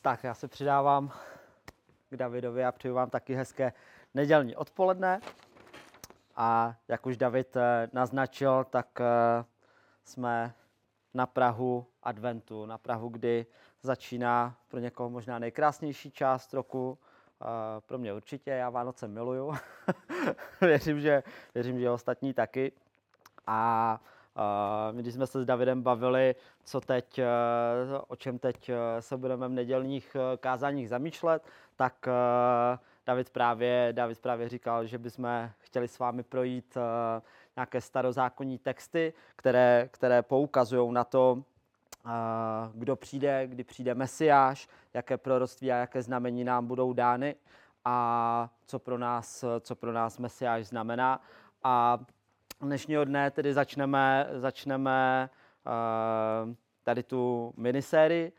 Tak já se přidávám k Davidovi a přeju vám taky hezké nedělní odpoledne. A jak už David naznačil, tak jsme na prahu adventu, na prahu, kdy začíná pro někoho možná nejkrásnější část roku. Pro mě určitě, já Vánoce miluju. věřím, že ostatní taky. A my, když jsme se s Davidem bavili, o čem teď se budeme v nedělních kázáních zamýšlet, tak David právě říkal, že bychom chtěli s vámi projít nějaké starozákonní texty, které poukazují na to, kdo přijde, kdy přijde Mesiáš, jaké proroctví a jaké znamení nám budou dány a co pro nás Mesiáš znamená. A dnešního dne tedy začneme tady tu minisérii.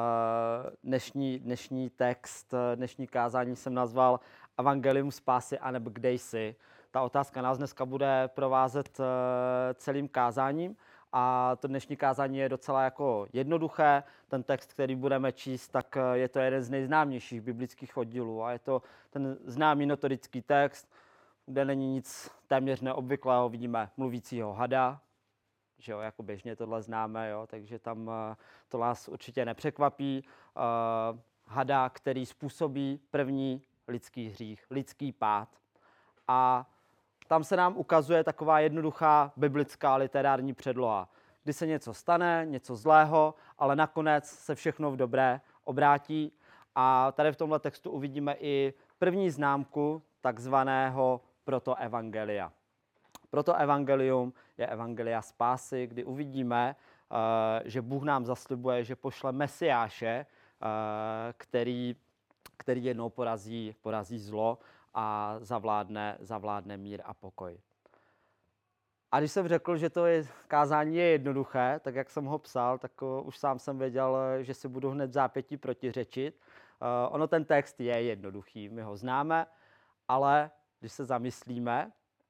Dnešní text, dnešní kázání jsem nazval Evangelium spásy aneb kde jsi. Ta otázka nás dneska bude provázet celým kázáním a to dnešní kázání je docela jako jednoduché. Ten text, který budeme číst, tak je to jeden z nejznámějších biblických oddílů a je to ten známý notorický text, kde není nic téměř neobvyklého. Vidíme mluvícího hada, že jo, jako běžně tohle známe, jo, takže tam to nás určitě nepřekvapí. Hada, který způsobí první lidský hřích, lidský pád. A tam se nám ukazuje taková jednoduchá biblická literární předloha, kdy se něco stane, něco zlého, ale nakonec se všechno v dobré obrátí. A tady v tomhle textu uvidíme i první známku takzvaného protoevangelia. Protoevangelium je evangelia spásy, kdy uvidíme, že Bůh nám zaslibuje, že pošle Mesiáše, který jednou porazí zlo a zavládne mír a pokoj. A když jsem řekl, že kázání je jednoduché, tak jak jsem ho psal, tak už sám jsem věděl, že si budu hned v zápětí protiřečit. Ono ten text je jednoduchý, my ho známe, ale když se zamyslíme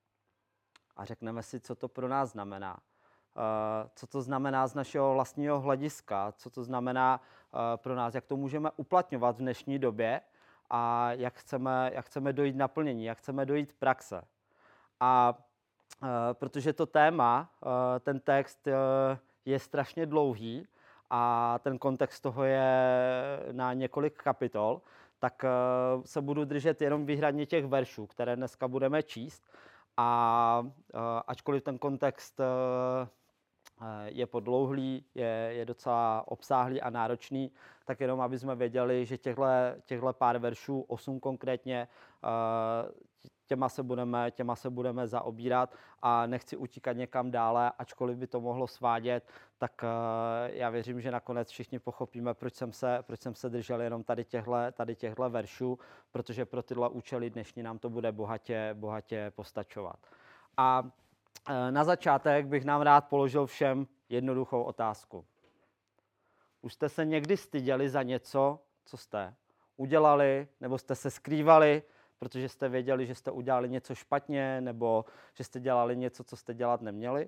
a řekneme si, co to pro nás znamená, co to znamená z našeho vlastního hlediska, co to znamená pro nás, jak to můžeme uplatňovat v dnešní době a jak chceme dojít naplnění, jak chceme dojít praxe. A protože to téma, ten text je strašně dlouhý a ten kontext toho je na několik kapitol, tak se budu držet jenom výhradně těch veršů, které dneska budeme číst. A ačkoliv ten kontext je podlouhlý, je docela obsáhlý a náročný, tak jenom aby jsme věděli, že těchto pár veršů, 8 konkrétně, těma se budeme zaobírat a nechci utíkat někam dále, ačkoliv by to mohlo svádět, tak já věřím, že nakonec všichni pochopíme, proč jsem se držel jenom tady těchto veršů, protože pro tyhle účely dnešní nám to bude bohatě postačovat. A na začátek bych nám rád položil všem jednoduchou otázku. Už jste se někdy styděli za něco, co jste udělali, nebo jste se skrývali, protože jste věděli, že jste udělali něco špatně, nebo že jste dělali něco, co jste dělat neměli?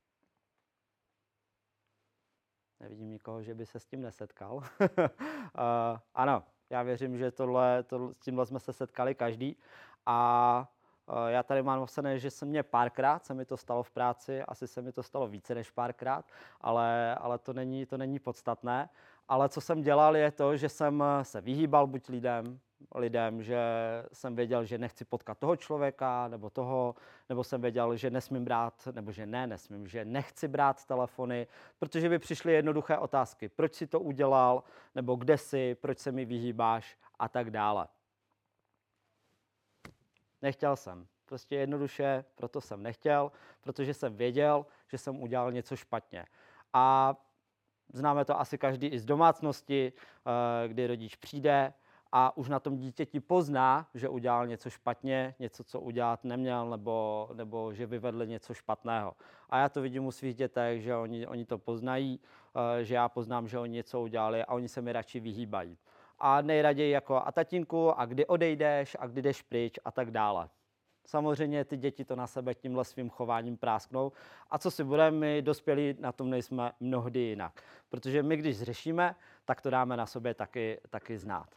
Nevidím nikoho, že by se s tím nesetkal. Ano, já věřím, že s tímhle jsme se setkali každý. A já tady mám napsané, že párkrát se mi to stalo v práci, asi se mi to stalo více než párkrát, ale to není podstatné. Ale co jsem dělal, je to, že jsem se vyhýbal buď lidem, že jsem věděl, že nechci potkat toho člověka, nebo jsem věděl, že nesmím brát, nebo že že nechci brát telefony, protože by přišly jednoduché otázky. Proč si to udělal, nebo kde jsi, proč se mi vyhýbáš a tak dále. Nechtěl jsem. Prostě jednoduše, proto jsem nechtěl, protože jsem věděl, že jsem udělal něco špatně. A známe to asi každý i z domácnosti, kdy rodič přijde a už na tom dítěti pozná, že udělal něco špatně, něco, co udělat neměl, nebo že vyvedl něco špatného. A já to vidím u svých dětech, že oni to poznají, že já poznám, že oni něco udělali a oni se mi radši vyhýbají. A nejraději jako a tatínku, a kdy odejdeš, a kdy jdeš pryč a tak dále. Samozřejmě ty děti to na sebe tímhle svým chováním prásknou. A co si budeme, my dospělí na tom nejsme mnohdy jinak. Protože my, když zřešíme, tak to dáme na sobě taky znát.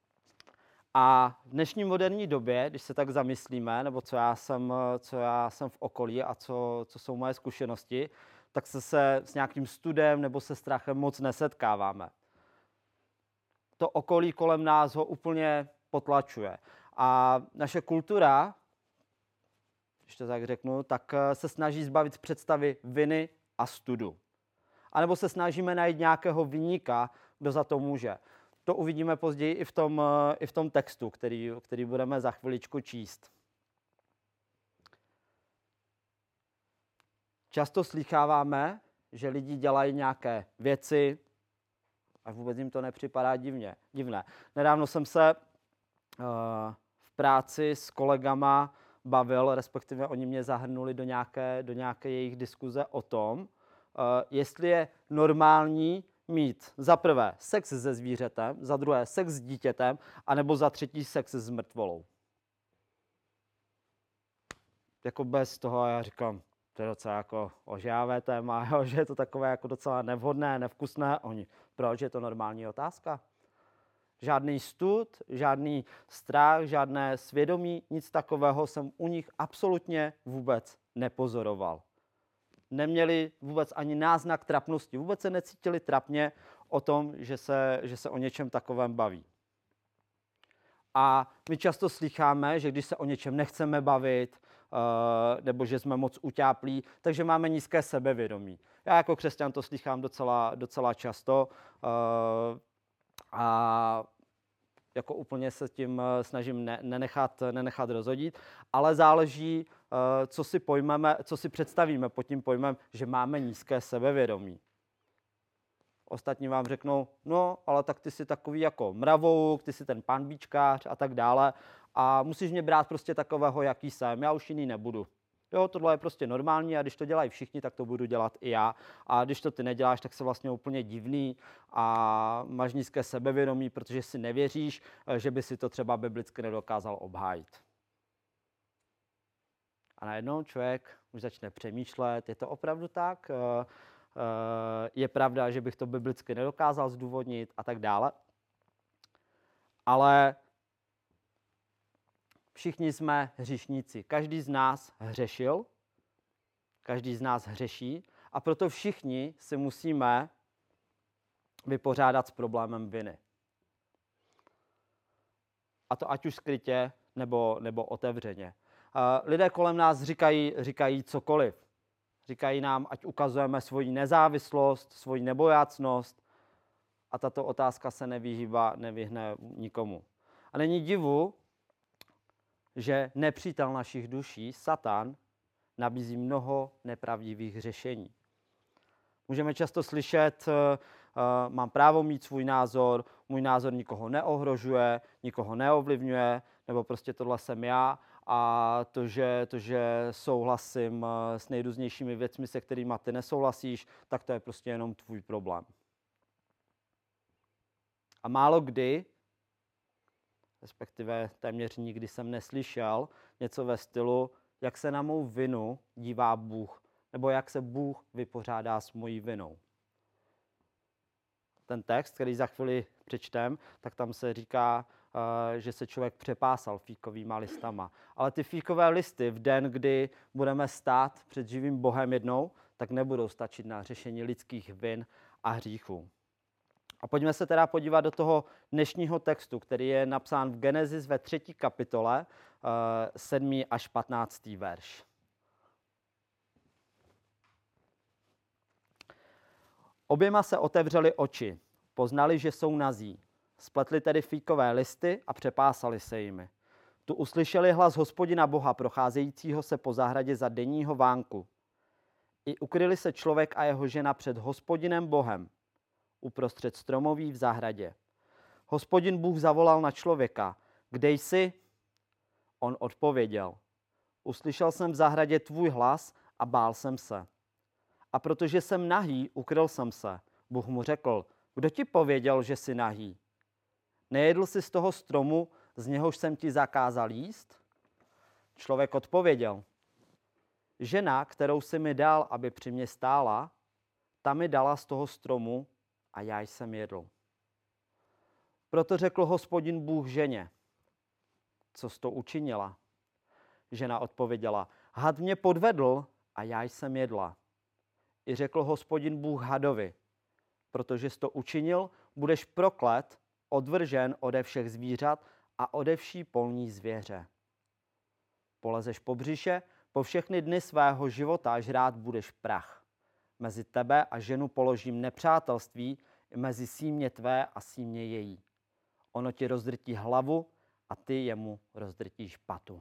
A v dnešní moderní době, když se tak zamyslíme, nebo co já jsem v okolí a co jsou moje zkušenosti, tak se s nějakým studem nebo se strachem moc nesetkáváme. To okolí kolem nás ho úplně potlačuje. A naše kultura, když to tak řeknu, tak se snaží zbavit z představy viny a studu. A nebo se snažíme najít nějakého viníka, kdo za to může. To uvidíme později i v tom textu, který budeme za chviličku číst. Často slýcháváme, že lidi dělají nějaké věci a vůbec jim to nepřipadá divné. Nedávno jsem se v práci s kolegama bavil, respektive oni mě zahrnuli do nějaké jejich diskuze o tom, jestli je normální mít za prvé sex se zvířetem, za druhé sex s dítětem, anebo za třetí sex s mrtvolou. Jako bez toho já říkám, to je docela jako ožávé téma, jo, že je to takové jako docela nevhodné, nevkusné. Oni, proč je to normální otázka? Žádný stud, žádný strach, žádné svědomí, nic takového jsem u nich absolutně vůbec nepozoroval. Neměli vůbec ani náznak trapnosti, vůbec se necítili trapně o tom, že se o něčem takovém baví. A my často slýcháme, že když se o něčem nechceme bavit, nebo že jsme moc utáplí, takže máme nízké sebevědomí. Já jako křesťan to slýchám docela často a jako úplně se tím snažím nenechat rozhodit, ale záleží, co si představíme pod tím pojmem, že máme nízké sebevědomí. Ostatní vám řeknou, no, ale tak ty jsi takový jako mravouk, ty jsi ten panbíčkář a tak dále a musíš mě brát prostě takového, jaký jsem, já už jiný nebudu. Jo, tohle je prostě normální a když to dělají všichni, tak to budu dělat i já. A když to ty neděláš, tak se vlastně úplně divný a máš nízké sebevědomí, protože si nevěříš, že by si to třeba biblicky nedokázal obhájit. A najednou člověk už začne přemýšlet, je to opravdu tak? Je pravda, že bych to biblicky nedokázal zdůvodnit a tak dále. Ale všichni jsme hříšníci. Každý z nás hřešil, každý z nás hřeší a proto všichni si musíme vypořádat s problémem viny. A to ať už skrytě nebo otevřeně. Lidé kolem nás říkají cokoliv. Říkají nám, ať ukazujeme svoji nezávislost, svoji nebojácnost a tato otázka se nevyhne nikomu. A není divu, že nepřítel našich duší, Satan, nabízí mnoho nepravdivých řešení. Můžeme často slyšet, mám právo mít svůj názor, můj názor nikoho neohrožuje, nikoho neovlivňuje, nebo prostě tohle jsem já a to, že souhlasím s nejrůznějšími věcmi, se kterými ty nesouhlasíš, tak to je prostě jenom tvůj problém. A málo kdy, respektive téměř nikdy jsem neslyšel něco ve stylu, jak se na mou vinu dívá Bůh, nebo jak se Bůh vypořádá s mojí vinou. Ten text, který za chvíli přečtem, tak tam se říká, že se člověk přepásal fíkovýma listama. Ale ty fíkové listy v den, kdy budeme stát před živým Bohem jednou, tak nebudou stačit na řešení lidských vin a hříchů. A pojďme se teda podívat do toho dnešního textu, který je napsán v Genesis ve 3. kapitole, 7. až 15. verš. Oběma se otevřely oči, poznali, že jsou nazí. Spletli tedy fíkové listy a přepásali se jimi. Tu uslyšeli hlas Hospodina Boha procházejícího se po zahradě za denního vánku. I ukryli se člověk a jeho žena před Hospodinem Bohem uprostřed stromoví v zahradě. Hospodin Bůh zavolal na člověka. Kde jsi? On odpověděl. Uslyšel jsem v zahradě tvůj hlas a bál jsem se. A protože jsem nahý, ukryl jsem se. Bůh mu řekl, kdo ti pověděl, že jsi nahý? Nejedl jsi z toho stromu, z něhož jsem ti zakázal jíst? Člověk odpověděl, žena, kterou jsi mi dal, aby při mě stála, ta mi dala z toho stromu a já jsem jedl. Proto řekl Hospodin Bůh ženě, co jsi to učinila? Žena odpověděla, had mě podvedl a já jsem jedla. I řekl Hospodin Bůh hadovi, protože jsi to učinil, budeš proklet, odvržen ode všech zvířat a ode vší polní zvěře. Polezeš po břiše, po všechny dny svého života a žrát budeš prach. Mezi tebe a ženu položím nepřátelství, mezi símě tvé a símě její. Ono ti rozdrtí hlavu a ty jemu rozdrtíš patu.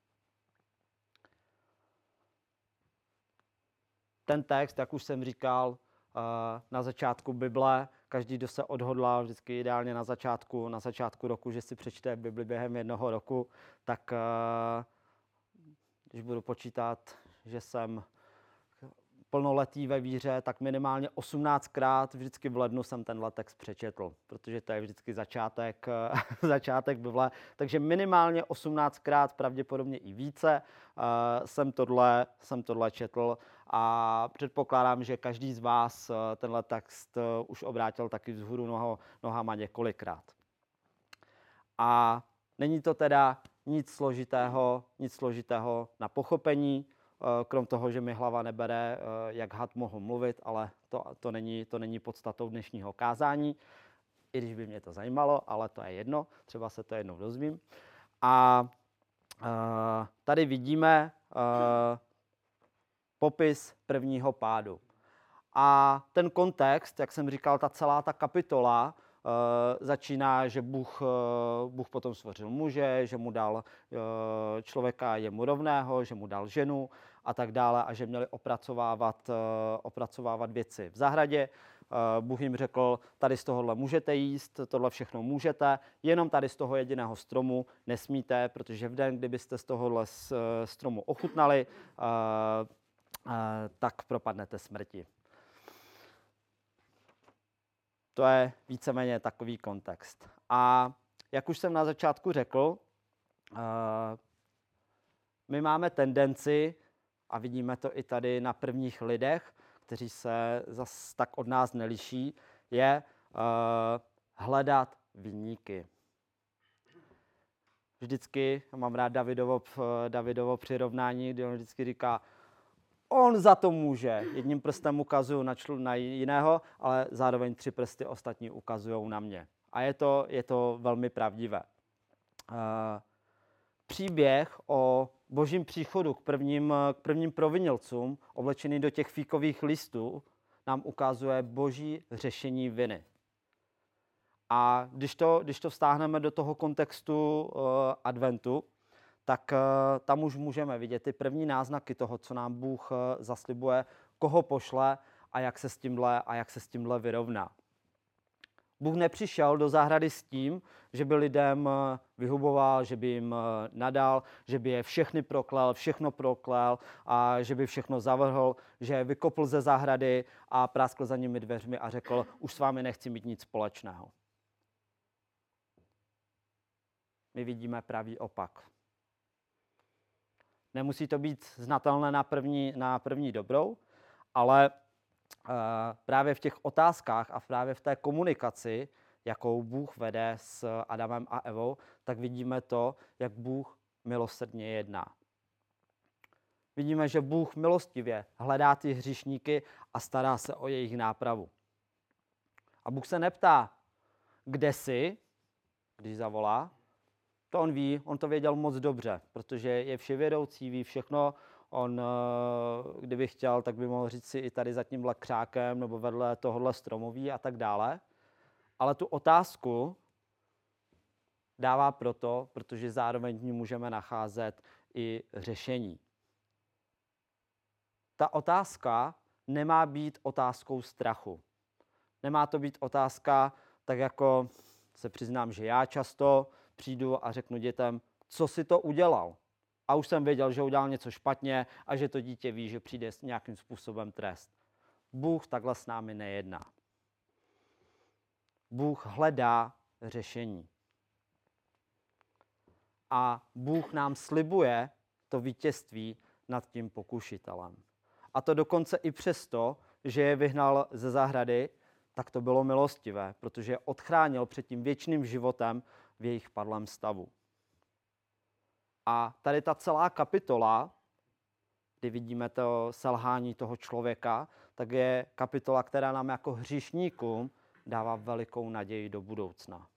Ten text, jak už jsem říkal, na začátku Bible, každý, kdo se odhodlal, vždycky ideálně na začátku roku, že si přečte Bibli během jednoho roku, tak když budu počítat, že jsem plnoletý ve víře, tak minimálně 18krát vždycky v lednu jsem tenhle text přečetl, protože to je vždycky začátek Bible. Takže minimálně 18krát, pravděpodobně i více, jsem tohle četl a předpokládám, že každý z vás tenhle text už obrátil taky vzhůru nohama několikrát. A není to teda nic složitého na pochopení, krom toho, že mi hlava nebere, jak had mohl mluvit, ale to není podstatou dnešního kázání, i když by mě to zajímalo, ale to je jedno, třeba se to jednou dozvím. A tady vidíme popis prvního pádu. A ten kontext, jak jsem říkal, celá ta kapitola začíná, že Bůh potom stvořil muže, že mu dal člověka jemu rovného, že mu dal ženu a tak dále a že měli opracovávat věci v zahradě. Bůh jim řekl, tady z tohohle můžete jíst, tohle všechno můžete, jenom tady z toho jediného stromu nesmíte, protože v den, kdybyste z tohohle stromu ochutnali, tak propadnete smrti. To je víceméně takový kontext. A jak už jsem na začátku řekl, my máme tendenci, a vidíme to i tady na prvních lidech, kteří se zas tak od nás neliší, je hledat viníky. Vždycky, mám rád Davidovo přirovnání, kdy on vždycky říká, on za to může. Jedním prstem ukazuju na jiného, ale zároveň 3 prsty ostatní ukazují na mě. A je to velmi pravdivé. Příběh o božím příchodu k prvním provinilcům, oblečený do těch fíkových listů, nám ukazuje boží řešení viny. A když to vztáhneme do toho kontextu adventu, tak tam už můžeme vidět ty první náznaky toho, co nám Bůh zaslibuje, koho pošle a jak se s tímhle vyrovná. Bůh nepřišel do zahrady s tím, že by lidem vyhuboval, že by jim nadal, že by je všechno proklel a že by všechno zavrhl, že je vykopl ze zahrady a práskl za nimi dveřmi a řekl, už s vámi nechci mít nic společného. My vidíme pravý opak. Nemusí to být znatelné na první dobrou, ale právě v těch otázkách a právě v té komunikaci, jakou Bůh vede s Adamem a Evou, tak vidíme to, jak Bůh milosrdně jedná. Vidíme, že Bůh milostivě hledá ty hříšníky a stará se o jejich nápravu. A Bůh se neptá, kde jsi, když zavolá. To on ví, on to věděl moc dobře, protože je vševědoucí, ví všechno. On, kdyby chtěl, tak by mohl říct si i tady za tímhle křákem nebo vedle tohohle stromoví a tak dále. Ale tu otázku dává protože zároveň v ní můžeme nacházet i řešení. Ta otázka nemá být otázkou strachu. Nemá to být otázka, tak jako se přiznám, že já často přijdu a řeknu dětem, co si to udělal. A už jsem věděl, že udělal něco špatně a že to dítě ví, že přijde s nějakým způsobem trest. Bůh takhle s námi nejedná. Bůh hledá řešení. A Bůh nám slibuje to vítězství nad tím pokušitelem. A to dokonce i přesto, že je vyhnal ze zahrady, tak to bylo milostivé, protože je odchránil před tím věčným životem v jejich padlém stavu. A tady ta celá kapitola, kdy vidíme to selhání toho člověka, tak je kapitola, která nám jako hříšníkům dává velikou naději do budoucna.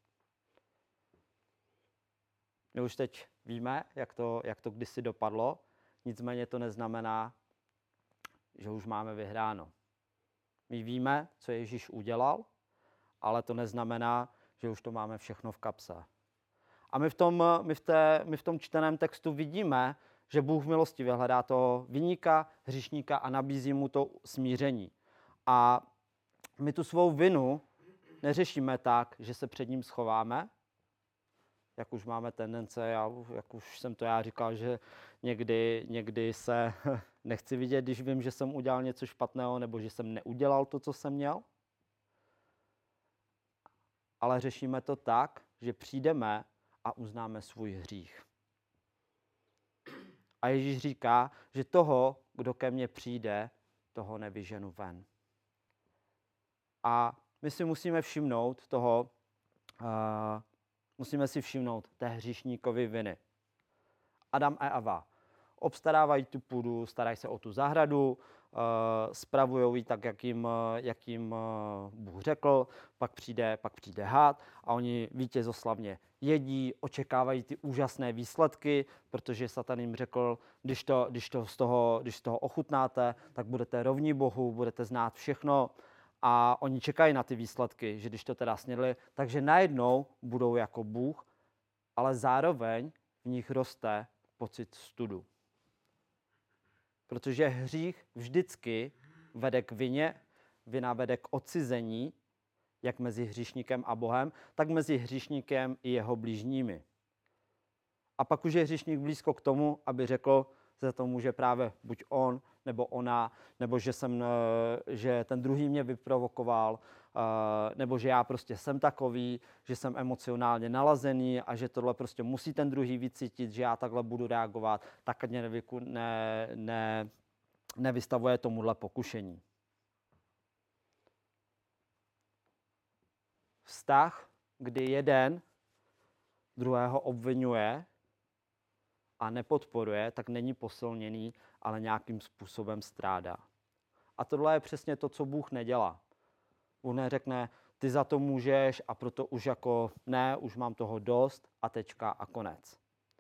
My už teď víme, jak to kdysi dopadlo, nicméně to neznamená, že už máme vyhráno. My víme, co Ježíš udělal, ale to neznamená, že už to máme všechno v kapse. A my v tom čteném textu vidíme, že Bůh milostivě hledá toho viníka, hříšníka a nabízí mu to smíření. A my tu svou vinu neřešíme tak, že se před ním schováme, jak už máme tendence, jak už jsem to já říkal, že někdy se nechci vidět, když vím, že jsem udělal něco špatného nebo že jsem neudělal to, co jsem měl. Ale řešíme to tak, že přijdeme a uznáme svůj hřích. A Ježíš říká, že toho, kdo ke mně přijde, toho nevyženu ven. A my si musíme všimnout té hříšníkovy viny. Adam a Eva obstarávají tu půdu, starají se o tu zahradu, spravují ji tak, jak jim Bůh řekl, pak přijde had a oni vítězoslavně jedí, očekávají ty úžasné výsledky, protože Satan jim řekl, když z toho ochutnáte, tak budete rovní Bohu, budete znát všechno a oni čekají na ty výsledky, že když to teda snědli, takže najednou budou jako Bůh, ale zároveň v nich roste pocit studu. Protože hřích vždycky vede k vině, vina vede k odcizení, jak mezi hříšníkem a Bohem, tak mezi hříšníkem i jeho blížními. A pak už je hříšník blízko k tomu, aby řekl, že za to může právě buď on, nebo ona, nebo že ten druhý mě vyprovokoval, nebo že já prostě jsem takový, že jsem emocionálně nalazený a že tohle prostě musí ten druhý vycítit, že já takhle budu reagovat, tak ať mě nevystavuje tomuhle pokušení. Vztah, kdy jeden druhého obvinuje a nepodporuje, tak není posilněný, ale nějakým způsobem strádá. A tohle je přesně to, co Bůh nedělá. Bůh neřekne, ty za to můžeš a proto už jako ne, už mám toho dost a tečka a konec.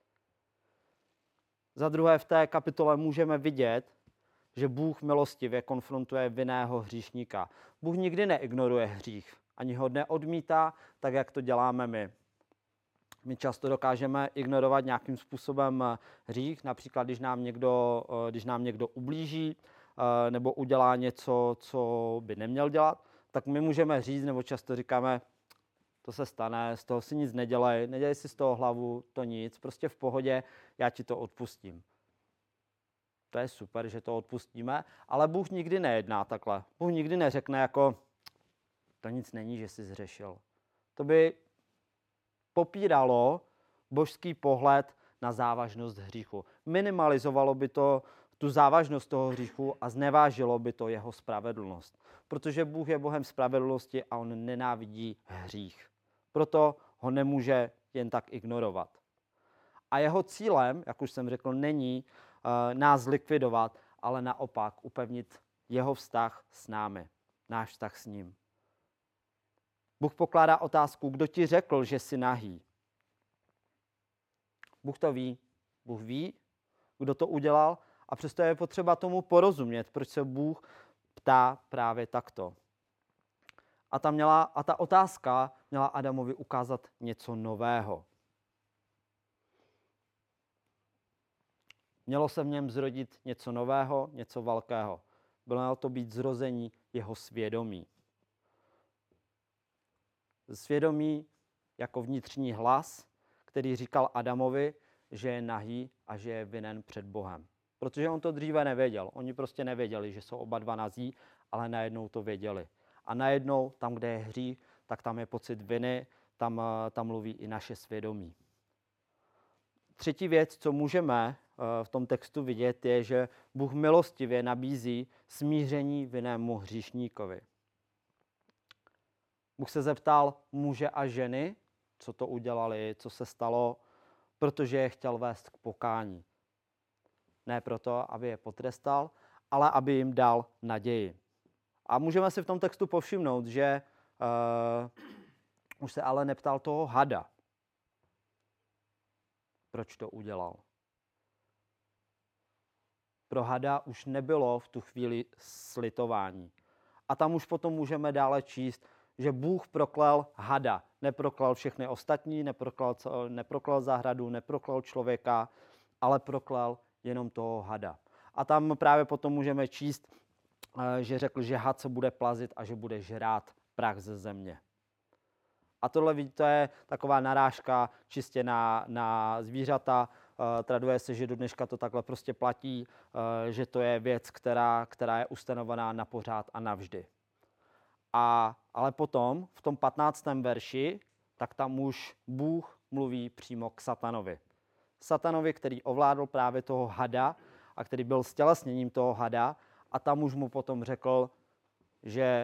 Za druhé v té kapitole můžeme vidět, že Bůh milostivě konfrontuje vinného hříšníka. Bůh nikdy neignoruje hřích, ani ho neodmítá, tak jak to děláme my. My často dokážeme ignorovat nějakým způsobem hřích, například když nám někdo ublíží nebo udělá něco, co by neměl dělat, tak my můžeme říct, nebo často říkáme, to se stane, z toho si nic nedělej si z toho hlavu, to nic, prostě v pohodě, já ti to odpustím. To je super, že to odpustíme, ale Bůh nikdy nejedná takhle. Bůh nikdy neřekne jako, to nic není, že jsi zřešil. To by popíralo božský pohled na závažnost hříchu. Minimalizovalo by to tu závažnost toho hříchu a znevážilo by to jeho spravedlnost. Protože Bůh je Bohem spravedlnosti a on nenávidí hřích. Proto ho nemůže jen tak ignorovat. A jeho cílem, jak už jsem řekl, není nás likvidovat, ale naopak upevnit jeho vztah s námi, náš vztah s ním. Bůh pokládá otázku, kdo ti řekl, že jsi nahý. Bůh to ví. Bůh ví, kdo to udělal a přesto je potřeba tomu porozumět, proč se Bůh ptá právě takto. A ta otázka měla Adamovi ukázat něco nového. Mělo se v něm zrodit něco nového, něco velkého. Bylo to být zrození jeho svědomí. Svědomí jako vnitřní hlas, který říkal Adamovi, že je nahý a že je vinen před Bohem. Protože on to dříve nevěděl. Oni prostě nevěděli, že jsou oba dva nazí, ale najednou to věděli. A najednou, tam, kde je hřích, tak tam je pocit viny, tam mluví i naše svědomí. Třetí věc, co můžeme v tom textu vidět, je, že Bůh milostivě nabízí smíření vinnému hříšníkovi. Bůh se zeptal muže a ženy, co to udělali, co se stalo, protože je chtěl vést k pokání. Ne proto, aby je potrestal, ale aby jim dal naději. A můžeme si v tom textu povšimnout, že už se ale neptal toho hada, proč to udělal. Pro hada už nebylo v tu chvíli slitování. A tam už potom můžeme dále číst, že Bůh proklel hada. Neproklel všechny ostatní, neproklel zahradu, neproklel člověka, ale proklel jenom toho hada. A tam právě potom můžeme číst, že řekl, že had se bude plazit a že bude žrát prach ze země. A tohle, vidíte, je taková narážka čistě na zvířata. Traduje se, že do dneška to takhle prostě platí, že to je věc, která je ustanovená na pořád a navždy. Ale potom v tom 15. verši, tak tam už Bůh mluví přímo k satanovi. Satanovi, který ovládl právě toho hada a který byl stělesněním toho hada, a tam už mu potom řekl, že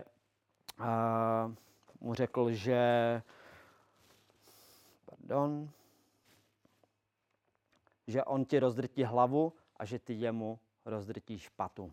že on ti rozdrtí hlavu a že ty jemu rozdrtíš patu.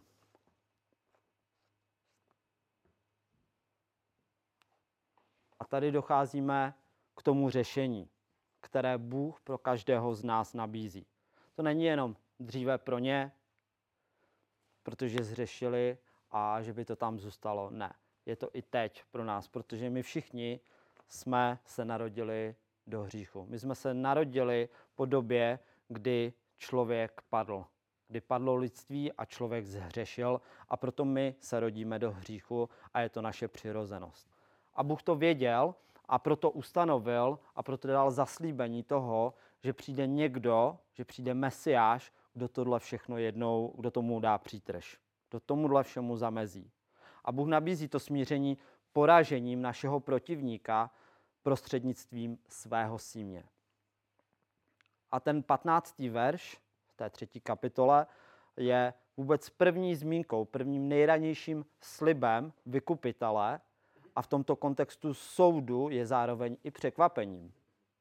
A tady docházíme k tomu řešení, které Bůh pro každého z nás nabízí. To není jenom dříve pro ně, protože zřešili a že by to tam zůstalo. Ne, je to i teď pro nás, protože my všichni jsme se narodili do hříchu. My jsme se narodili po době, kdy člověk padl. Kdy padlo lidství a člověk zhřešil, a proto my se rodíme do hříchu a je to naše přirozenost. A Bůh to věděl a proto ustanovil a proto dal zaslíbení toho, že přijde někdo, že přijde Mesiáš, kdo tohle všechno jednou, kdo tomu dá přítrž, kdo tomuhle všemu zamezí. A Bůh nabízí to smíření poražením našeho protivníka prostřednictvím svého símě. A ten 15. verš v té 3. kapitole je vůbec první zmínkou, prvním nejranějším slibem vykupitele, a v tomto kontextu soudu je zároveň i překvapením.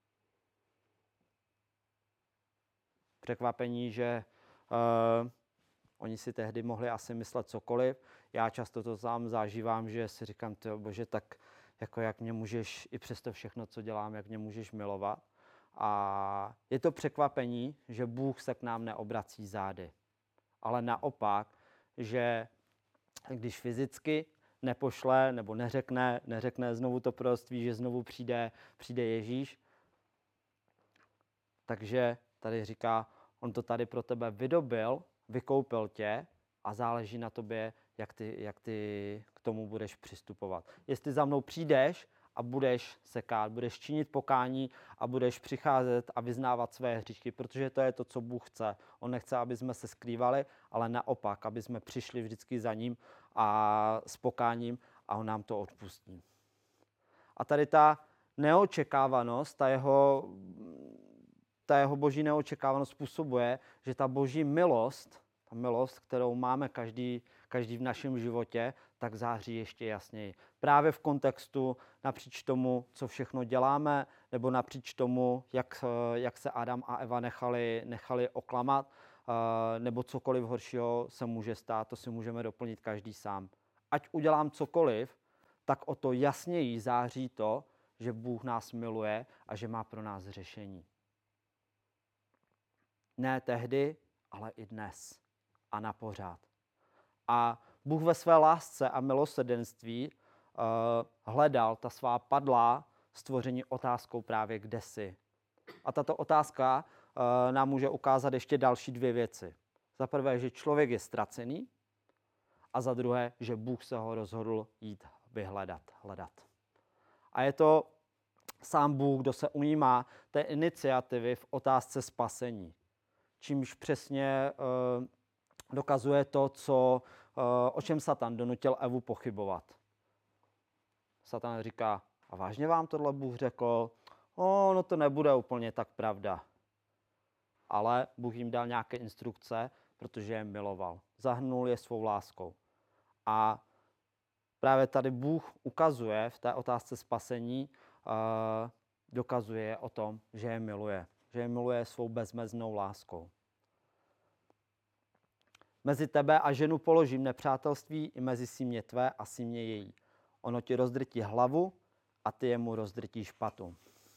Překvapení, že oni si tehdy mohli asi myslet cokoliv. Já často to sám zažívám, že si říkám, bože, tak jako jak mě můžeš, i přesto všechno, co dělám, jak mě můžeš milovat. A je to překvapení, že Bůh se k nám neobrací zády. Ale naopak, že když fyzicky nepošle nebo neřekne znovu to proroctví, že znovu přijde Ježíš, takže tady říká, on to tady pro tebe vydobil, vykoupil tě a záleží na tobě, jak ty k tomu budeš přistupovat. Jestli za mnou přijdeš a budeš sekat, budeš činit pokání a budeš přicházet a vyznávat své hříchy, protože to je to, co Bůh chce. On nechce, aby jsme se skrývali, ale naopak, aby jsme přišli vždycky za ním a s pokáním a on nám to odpustí. A tady ta neočekávanost, ta jeho boží neočekávanost způsobuje, že ta boží milost, ta milost, kterou máme každý v našem životě, tak září ještě jasněji. Právě v kontextu napříč tomu, co všechno děláme, nebo napříč tomu, jak se Adam a Eva nechali oklamat, nebo cokoliv horšího se může stát, to si můžeme doplnit každý sám. Ať udělám cokoliv, tak o to jasněji září to, že Bůh nás miluje a že má pro nás řešení. Ne tehdy, ale i dnes a na pořád. A Bůh ve své lásce a milosrdenství hledal ta svá padlá stvoření otázkou právě kde jsi. A tato otázka nám může ukázat ještě další dvě věci. Za prvé, že člověk je ztracený a za druhé, že Bůh se ho rozhodl jít hledat. A je to sám Bůh, kdo se ujímá té iniciativy v otázce spasení. Čímž přesně dokazuje to, o čem Satan donutil Evu pochybovat. Satan říká, a vážně vám tohle Bůh řekl? No to nebude úplně tak pravda. ale Bůh jim dal nějaké instrukce, protože je miloval. Zahrnul je svou láskou. A právě tady Bůh ukazuje v té otázce spasení, dokazuje o tom, že je miluje svou bezmeznou láskou. Mezi tebe a ženu položím nepřátelství i mezi símě tvé a símě její. Ono ti rozdrtí hlavu a ty jemu rozdrtíš patu.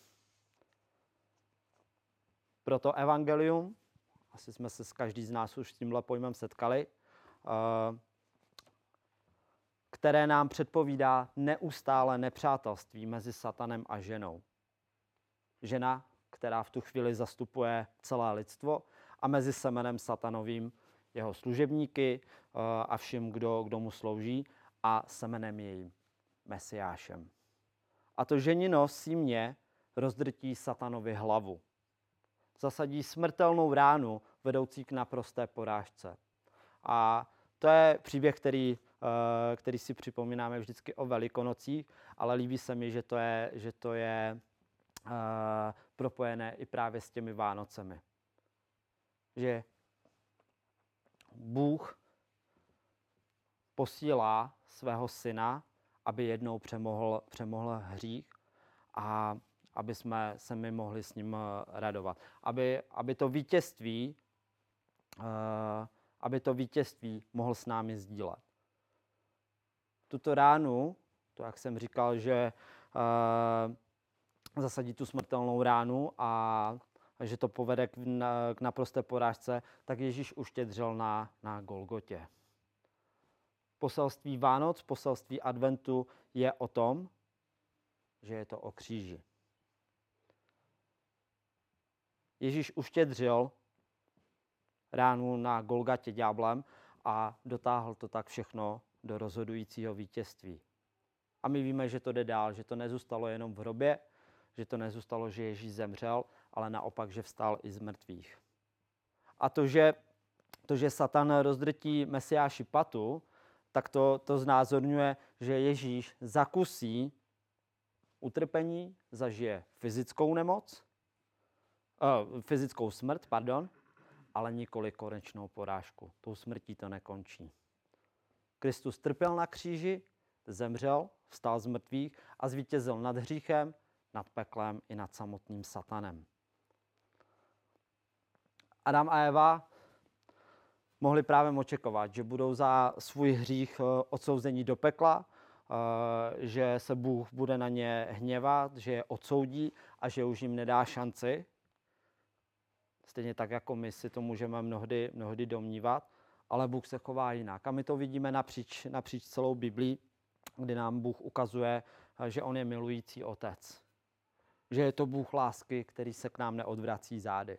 Proto evangelium, asi jsme se každý z nás už s tímhle pojmem setkali, které nám předpovídá neustále nepřátelství mezi satanem a ženou. Žena, která v tu chvíli zastupuje celé lidstvo, a mezi semenem satanovým jeho služebníky a všem, kdo mu slouží, a semenem jejím, Mesiášem. A to ženino símě rozdrtí satanovi hlavu. Zasadí smrtelnou ránu vedoucí k naprosté porážce. A to je příběh, který si připomínáme vždycky o Velikonocích, ale líbí se mi, že to je propojené i právě s těmi Vánocemi. Že Bůh posílá svého syna, aby jednou přemohl hřích a aby jsme se my mohli s ním radovat. Aby to vítězství mohl s námi sdílet. Tuto ránu, to jak jsem říkal, že zasadí tu smrtelnou ránu a že to povede k naprosté porážce, tak Ježíš uštědřil na Golgotě. Poselství Vánoc, poselství adventu je o tom, že je to o kříži. Ježíš uštědřil ránu na Golgatě ďáblem a dotáhl to tak všechno do rozhodujícího vítězství. A my víme, že to jde dál, že to nezůstalo jenom v hrobě, že to nezůstalo, že Ježíš zemřel, ale naopak, že vstal i z mrtvých. A to, že Satan rozdrtí Mesiáši patu, tak to znázorňuje, že Ježíš zakusí utrpení, zažije fyzickou smrt, ale nikoli konečnou porážku. Tou smrtí to nekončí. Kristus trpěl na kříži, zemřel, vstal z mrtvých a zvítězil nad hříchem, nad peklem i nad samotným satanem. Adam a Eva mohli právě očekovat, že budou za svůj hřích odsouzeni do pekla, že se Bůh bude na ně hněvat, že je odsoudí a že už jim nedá šanci. Stejně tak, jako my si to můžeme mnohdy domnívat, ale Bůh se chová jinak. A my to vidíme napříč celou Biblii, kdy nám Bůh ukazuje, že on je milující otec. Že je to Bůh lásky, který se k nám neodvrací zády.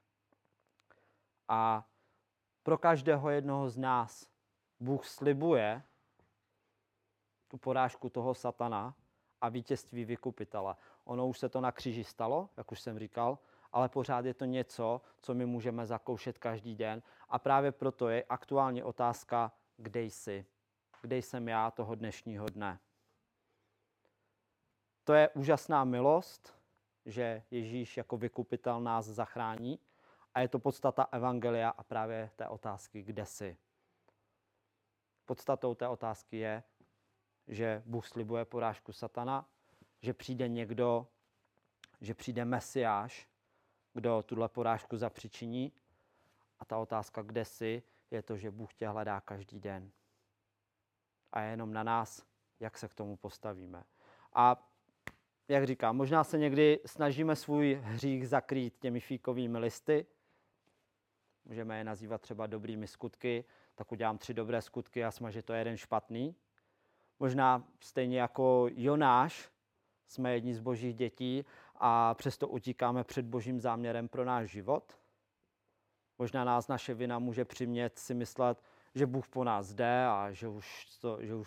A pro každého jednoho z nás Bůh slibuje tu porážku toho satana a vítězství vykupitele. Ono už se to na kříži stalo, jak už jsem říkal, ale pořád je to něco, co my můžeme zakoušet každý den. A právě proto je aktuální otázka, kde jsi? Kde jsem já toho dnešního dne? To je úžasná milost, že Ježíš jako vykupitel nás zachrání a je to podstata evangelia a právě té otázky, kde jsi. Podstatou té otázky je, že Bůh slibuje porážku satana, že přijde někdo, že přijde Mesiáš, kdo tuhle porážku zapříčiní. A ta otázka, kde jsi, je to, že Bůh tě hledá každý den. A je jenom na nás, jak se k tomu postavíme. A jak říkám, možná se někdy snažíme svůj hřích zakrýt těmi fíkovými listy. Můžeme je nazývat třeba dobrými skutky, tak udělám 3 dobré skutky a smaže to jeden špatný. Možná stejně jako Jonáš, jsme jedni z božích dětí a přesto utíkáme před božím záměrem pro náš život. Možná nás naše vina může přimět si myslet, že Bůh po nás jde a že už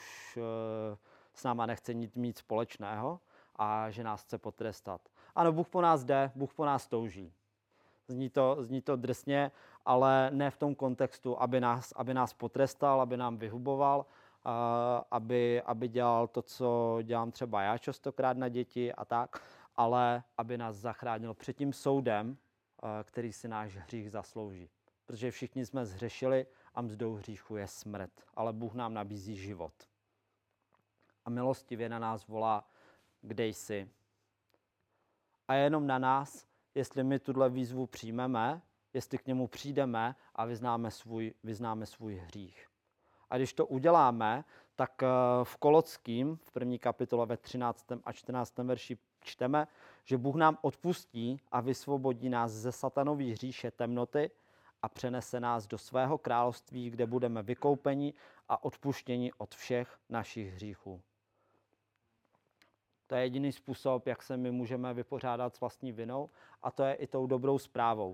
s náma nechce mít nic společného a že nás chce potrestat. Ano, Bůh po nás jde, Bůh po nás touží. Zní to drsně, ale ne v tom kontextu, aby nás potrestal, aby nám vyhuboval, aby dělal to, co dělám třeba já častokrát na děti a tak, ale aby nás zachránil před tím soudem, který si náš hřích zaslouží. Protože všichni jsme zhřešili a mzdou hříchu je smrt, ale Bůh nám nabízí život. A milostivě na nás volá, kde jsi. A je jenom na nás, jestli my tuhle výzvu přijmeme, jestli k němu přijdeme a vyznáme svůj hřích. A když to uděláme, tak v Kolockým, v 1. kapitole ve 13. a 14. verši čteme, že Bůh nám odpustí a vysvobodí nás ze satanový hříše temnoty a přenese nás do svého království, kde budeme vykoupeni a odpuštěni od všech našich hříchů. To je jediný způsob, jak se my můžeme vypořádat s vlastní vinou, a to je i tou dobrou zprávou.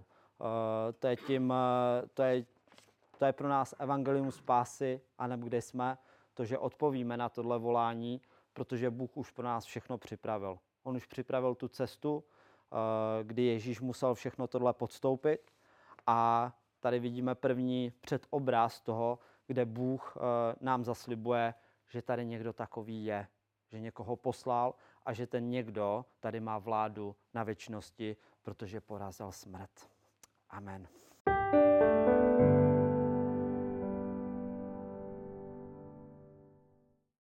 To je pro nás evangelium spásy, anebo kde jsme, to, že odpovíme na tohle volání, protože Bůh už pro nás všechno připravil. On už připravil tu cestu, kdy Ježíš musel všechno tohle podstoupit, a tady vidíme první předobraz toho, kde Bůh nám zaslibuje, že tady někdo takový je, že někoho poslal a že ten někdo tady má vládu na věčnosti, protože porazil smrt. Amen.